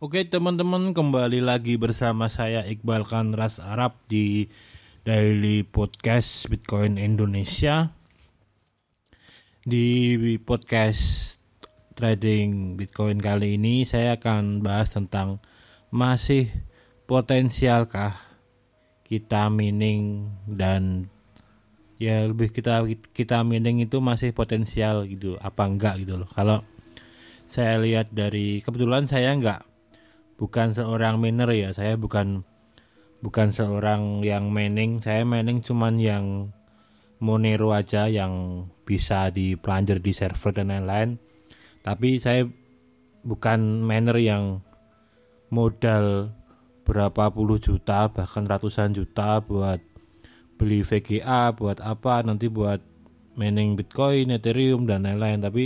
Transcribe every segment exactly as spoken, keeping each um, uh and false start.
Oke teman-teman, kembali lagi bersama saya Iqbal Kanras Arab di Daily Podcast Bitcoin Indonesia. Di podcast trading Bitcoin kali ini saya akan bahas tentang masih potensialkah kita mining, dan ya lebih kita kita mining itu masih potensial gitu apa enggak gitu loh. Kalau saya lihat dari, kebetulan saya enggak bukan seorang miner ya, saya bukan bukan seorang yang mining, saya mining cuman yang Monero aja yang bisa dipelajari di server dan lain-lain. Tapi saya bukan miner yang modal berapa puluh juta bahkan ratusan juta buat beli V G A, buat apa nanti buat mining Bitcoin, Ethereum dan lain-lain. Tapi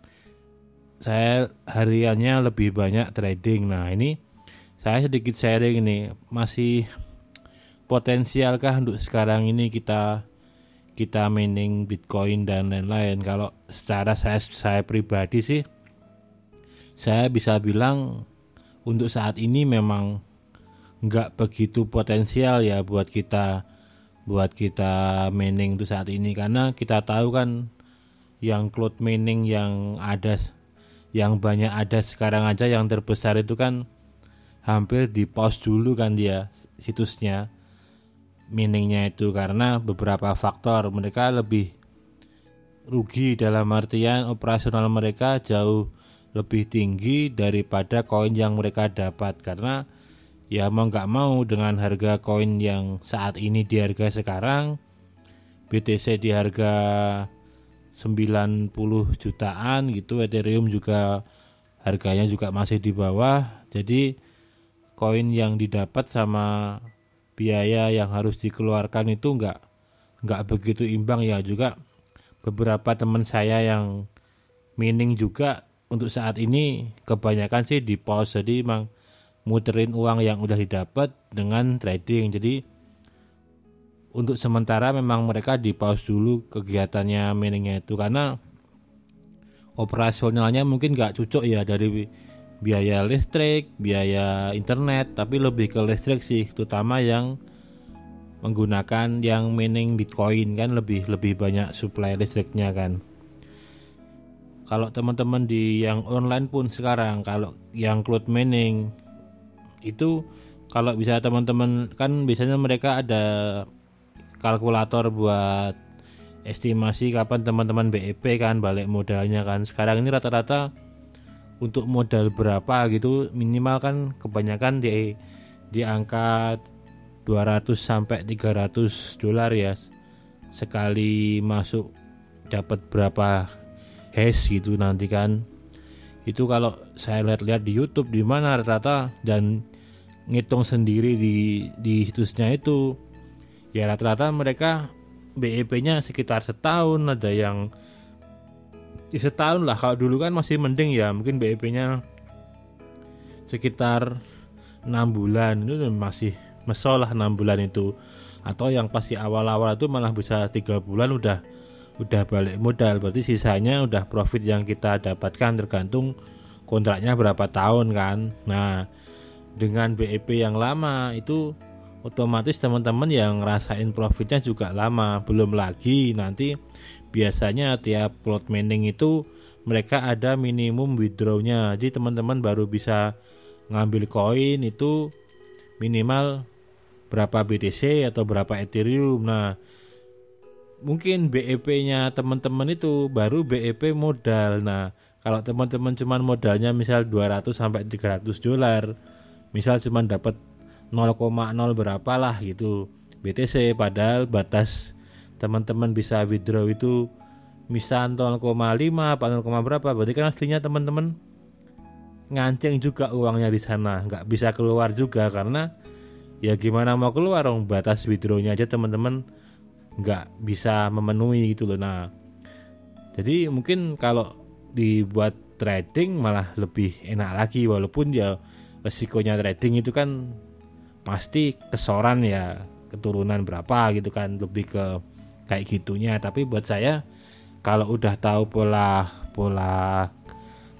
saya hariannya lebih banyak trading. Nah ini saya sedikit sharing ini, masih potensialkah untuk sekarang ini kita kita mining Bitcoin dan lain-lain. Kalau secara saya saya pribadi sih, saya bisa bilang untuk saat ini memang nggak begitu potensial ya buat kita buat kita mining untuk saat ini, karena kita tahu kan yang cloud mining yang ada yang banyak ada sekarang aja yang terbesar itu kan hampir di pause dulu kan dia situsnya miningnya itu, karena beberapa faktor. Mereka lebih rugi dalam artian operasional mereka jauh lebih tinggi daripada koin yang mereka dapat, karena ya mau nggak mau dengan harga koin yang saat ini di harga sekarang, B T C di harga sembilan puluh jutaan gitu, Ethereum juga harganya juga masih di bawah. Jadi koin yang didapat sama biaya yang harus dikeluarkan itu enggak enggak begitu imbang ya. Juga beberapa teman saya yang mining juga untuk saat ini kebanyakan sih di pause, jadi emang muterin uang yang udah didapat dengan trading. Jadi untuk sementara memang mereka di pause dulu kegiatannya miningnya itu, karena operasionalnya mungkin gak cocok ya dari biaya listrik, biaya internet, tapi lebih ke listrik sih, terutama yang menggunakan yang mining Bitcoin kan lebih lebih banyak supply listriknya kan. Kalau teman-teman di yang online pun sekarang, kalau yang cloud mining itu kalau bisa teman-teman kan biasanya mereka ada kalkulator buat estimasi kapan teman-teman B E P kan balik modalnya kan. Sekarang ini rata-rata untuk modal berapa gitu minimal kan kebanyakan di di angka dua ratus sampai tiga ratus dolar ya sekali masuk, dapat berapa hash gitu nanti kan. Itu kalau saya lihat-lihat di YouTube di mana rata-rata dan ngitung sendiri di di situsnya itu ya rata-rata mereka B E P-nya sekitar setahun, ada yang ya setahun lah. Kalau dulu kan masih mending ya, mungkin B E P-nya sekitar enam bulan, itu masih mesol lah enam bulan itu. Atau yang pasti awal-awal itu malah bisa tiga bulan udah udah balik modal, berarti sisanya udah profit yang kita dapatkan, tergantung kontraknya berapa tahun kan. Nah dengan B E P yang lama itu otomatis teman-teman yang ngerasain profitnya juga lama. Belum lagi nanti biasanya tiap cloud mining itu mereka ada minimum withdrawnya, jadi teman-teman baru bisa ngambil koin itu minimal berapa B T C atau berapa Ethereum. Nah mungkin B E P-nya teman-teman itu baru B E P modal. Nah kalau teman-teman cuman modalnya misal dua ratus sampai tiga ratus dolar, misal cuman dapat nol koma nol berapa lah gitu B T C, padahal batas teman-teman bisa withdraw itu misal nol koma lima apa nol, berapa, berarti kan aslinya teman-teman nganceng juga uangnya di sana, nggak bisa keluar juga, karena ya gimana mau keluar dong, batas withdrawnya aja teman-teman nggak bisa memenuhi gitu loh. Nah jadi mungkin kalau dibuat trading malah lebih enak lagi, walaupun ya resikonya trading itu kan pasti kesoran ya, keturunan berapa gitu kan, lebih ke kayak gitunya. Tapi buat saya kalau udah tahu pola pola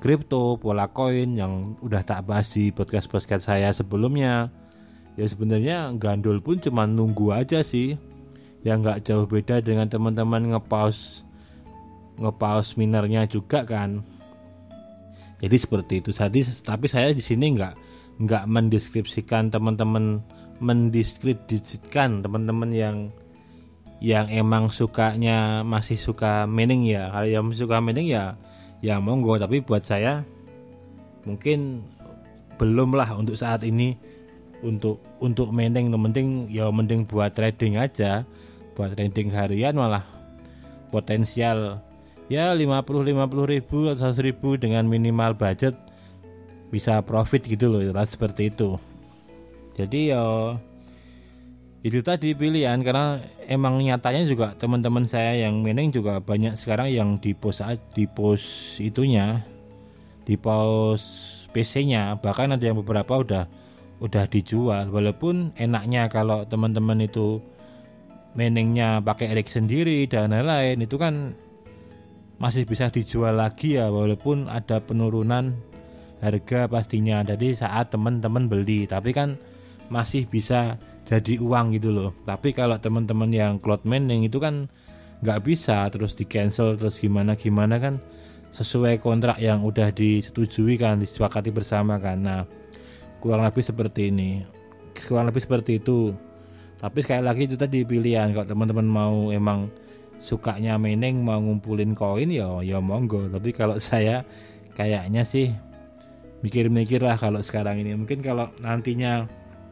kripto, pola koin yang udah tak bahas di podcast-podcast saya sebelumnya. Ya sebenarnya gandul pun cuma nunggu aja sih. Ya nggak jauh beda dengan teman-teman ngepaus ngepaus minernya juga kan. Jadi seperti itu. Jadi, tapi saya di sini nggak nggak mendeskripsikan teman-teman mendiskreditkan teman-teman yang yang emang sukanya masih suka mining ya. Kalau yang suka mining ya ya monggo, tapi buat saya mungkin belum lah untuk saat ini untuk untuk mining. Yang penting ya mending buat trading aja, buat trading harian malah potensial ya lima puluh lima puluh ribu atau seratus ribu dengan minimal budget bisa profit gitu loh, seperti itu. Jadi ya itu tadi pilihan, karena emang nyatanya juga teman-teman saya yang mining juga banyak sekarang yang di post di post itunya, di post P C-nya, bahkan ada yang beberapa udah udah dijual. Walaupun enaknya kalau teman-teman itu miningnya pakai rig sendiri dan lain-lain, itu kan masih bisa dijual lagi ya, walaupun ada penurunan harga pastinya dari saat teman-teman beli, tapi kan masih bisa jadi uang gitu loh. Tapi kalau teman-teman yang cloud mining itu kan nggak bisa terus di cancel terus gimana gimana kan, sesuai kontrak yang udah disetujui kan, disepakati bersama kan. Nah kurang lebih seperti ini, kurang lebih seperti itu. Tapi sekali lagi itu tadi pilihan. Kalau teman-teman mau emang sukanya mining, mau ngumpulin koin ya ya monggo. Tapi kalau saya kayaknya sih mikir-mikir lah kalau sekarang ini. Mungkin kalau nantinya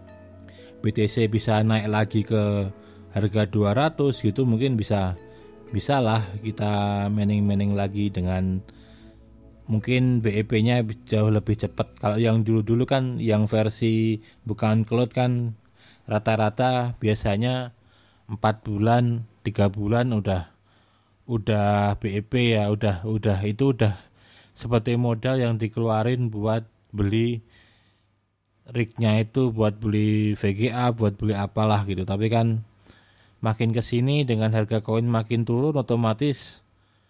B T C bisa naik lagi ke harga dua ratus gitu, mungkin bisa bisa lah kita mining-mining lagi dengan mungkin B E P-nya jauh lebih cepat. Kalau yang dulu-dulu kan yang versi bukan cloud kan rata-rata biasanya empat bulan, tiga bulan udah udah B E P ya, udah udah itu udah seperti modal yang dikeluarin buat beli rig-nya itu, buat beli V G A, buat beli apalah gitu. Tapi kan makin kesini dengan harga koin makin turun, otomatis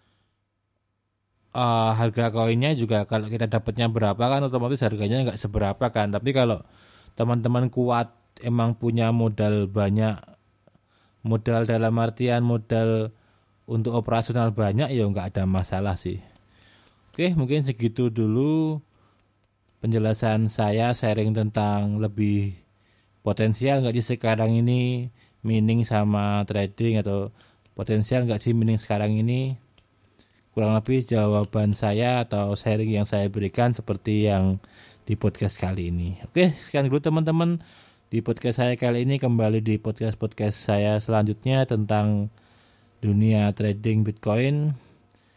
uh, harga koinnya juga kalau kita dapatnya berapa kan otomatis harganya nggak seberapa kan. Tapi kalau teman-teman kuat, emang punya modal banyak, modal dalam artian modal untuk operasional banyak, ya nggak ada masalah sih. Oke, mungkin segitu dulu penjelasan saya, sharing tentang lebih potensial nggak sih sekarang ini mining sama trading, atau potensial nggak sih mining sekarang ini. Kurang lebih jawaban saya atau sharing yang saya berikan seperti yang di podcast kali ini. Oke, sekian dulu teman-teman di podcast saya kali ini. Kembali di podcast-podcast saya selanjutnya tentang dunia trading Bitcoin.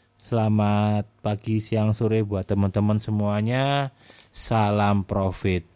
Selamat pagi, siang, sore buat teman-teman semuanya. Salam profit.